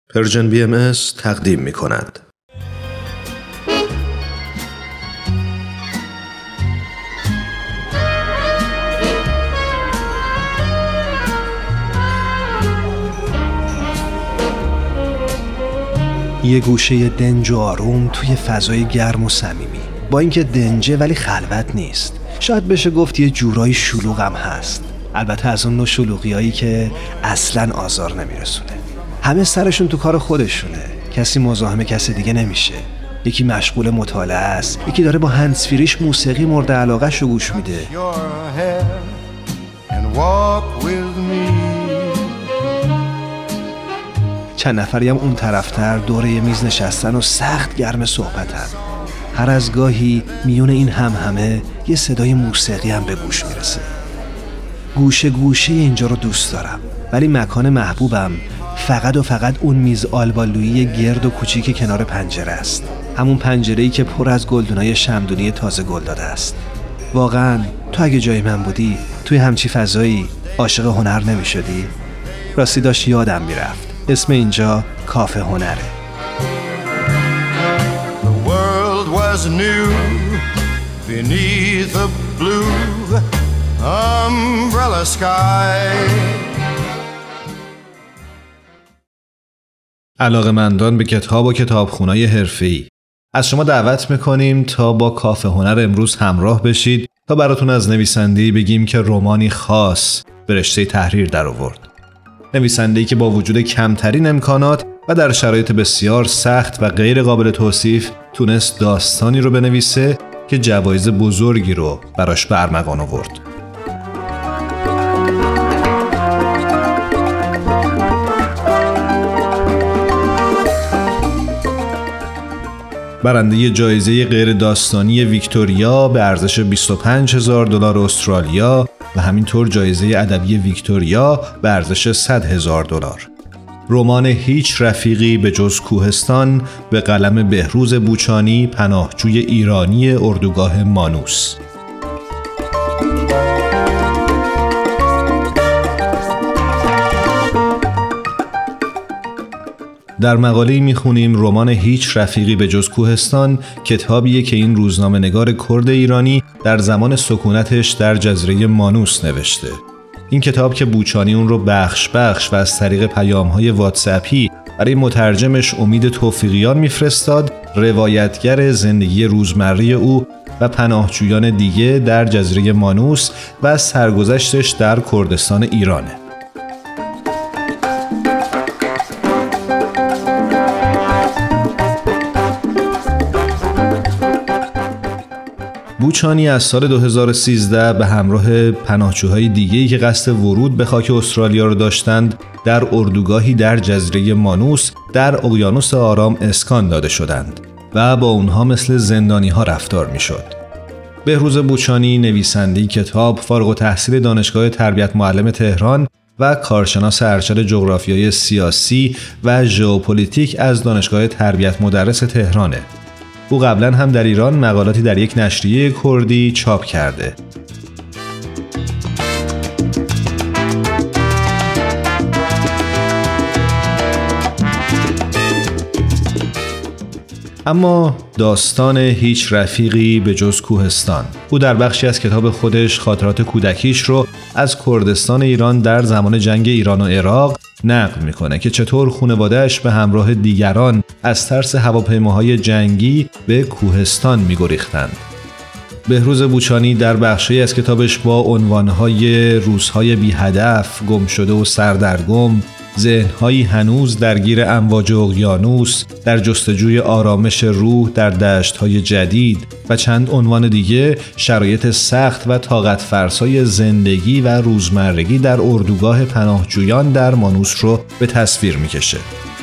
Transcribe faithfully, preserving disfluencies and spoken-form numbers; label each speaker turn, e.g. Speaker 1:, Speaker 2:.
Speaker 1: پرژن بی ام اس تقدیم می کند.
Speaker 2: یه گوشه دنج و آروم توی فضای گرم و صمیمی، با اینکه دنجه ولی خلوت نیست. شاید بشه گفت یه جورایی شلوغ هم هست، البته از اون نوع شلوغیایی که اصلاً آزار نمیرسونه. همه سرشون تو کار خودشونه، کسی مزاحم کسی دیگه نمیشه. یکی مشغول مطالعه است، یکی داره با هندزفریش موسیقی مورد علاقه‌ش رو گوش میده. چند نفری هم اون طرفتر دور یه میز نشستن و سخت گرم صحبتن. هر از گاهی میون این همهمه یه صدای موسیقی هم به گوش میرسه. گوشه گوشه اینجا رو دوست دارم، ولی مکان محبوبم فقط و فقط اون میز آلبالویی گرد و کوچیک کنار پنجره است. همون پنجره‌ای که پر از گلدونای شمعدونی تازه گل داده است. واقعاً تو اگه جای من بودی توی همچی فضایی عاشق هنر نمی‌شدی؟ راستی داشت یادم میرفت، اسم اینجا کافه هنره.
Speaker 3: The world was new beneath a blue umbrella sky.
Speaker 1: علاقه‌مندان به کتاب و کتابخونه‌های حرفه‌ای، از شما دعوت می‌کنیم تا با کافه هنر امروز همراه بشید تا براتون از نویسنده‌ای بگیم که رمانی خاص به رشته تحریر در آورد. نویسنده‌ای که با وجود کمترین امکانات و در شرایط بسیار سخت و غیر قابل توصیف تونست داستانی رو بنویسه که جوایز بزرگی رو براش به ارمغان آورد. برنده جایزه غیر داستانی ویکتوریا به ارزش بیست و پنج هزار دلار استرالیا و همینطور جایزه ادبی ویکتوریا به ارزش صد هزار دلار. رمان هیچ رفیقی به جز کوهستان به قلم بهروز بوچانی، پناهجوی ایرانی اردوگاه مانوس. در مقاله‌ای می‌خونیم رمان هیچ رفیقی به جز کوهستان کتابیه که این روزنامه‌نگار کرد ایرانی در زمان سکونتش در جزیره مانوس نوشته. این کتاب که بوچانی اون رو بخش بخش و از طریق پیام‌های واتساپی برای مترجمش امید توفیقیان میفرستاد، روایتگر زندگی روزمره او و پناهجویان دیگه در جزیره مانوس و سرگذشتش در کردستان ایرانه. بوچانی از سال دو هزار و سیزده به همراه پناهجوهای دیگه‌ای که قصد ورود به خاک استرالیا را داشتند در اردوگاهی در جزیره مانوس در اقیانوس آرام اسکان داده شدند و با اونها مثل زندانی‌ها رفتار می‌شد. بهروز بوچانی نویسنده کتاب، فارغ التحصیل دانشگاه تربیت معلم تهران و کارشناس ارشد جغرافیای سیاسی و ژئوپلیتیک از دانشگاه تربیت مدرس تهرانه. او قبلا هم در ایران مقالاتی در یک نشریه کردی چاپ کرده. اما داستان هیچ رفیقی به جز کوهستان، او در بخشی از کتاب خودش خاطرات کودکیش رو از کردستان ایران در زمان جنگ ایران و عراق نقل میکنه که چطور خانواده‌اش به همراه دیگران از ترس هواپیماهای جنگی به کوهستان میگریختند. بهروز بوچانی در بخشی از کتابش با عنوانهای روزهای بی هدف، گم شده و سردرگم، ذهن‌هایی هنوز درگیر امواج اقیانوس، در جستجوی آرامش روح در دشت‌های جدید و چند عنوان دیگه شرایط سخت و طاقت فرسای زندگی و روزمرگی در اردوگاه پناهجویان در مانوس رو به تصویر می‌کشه.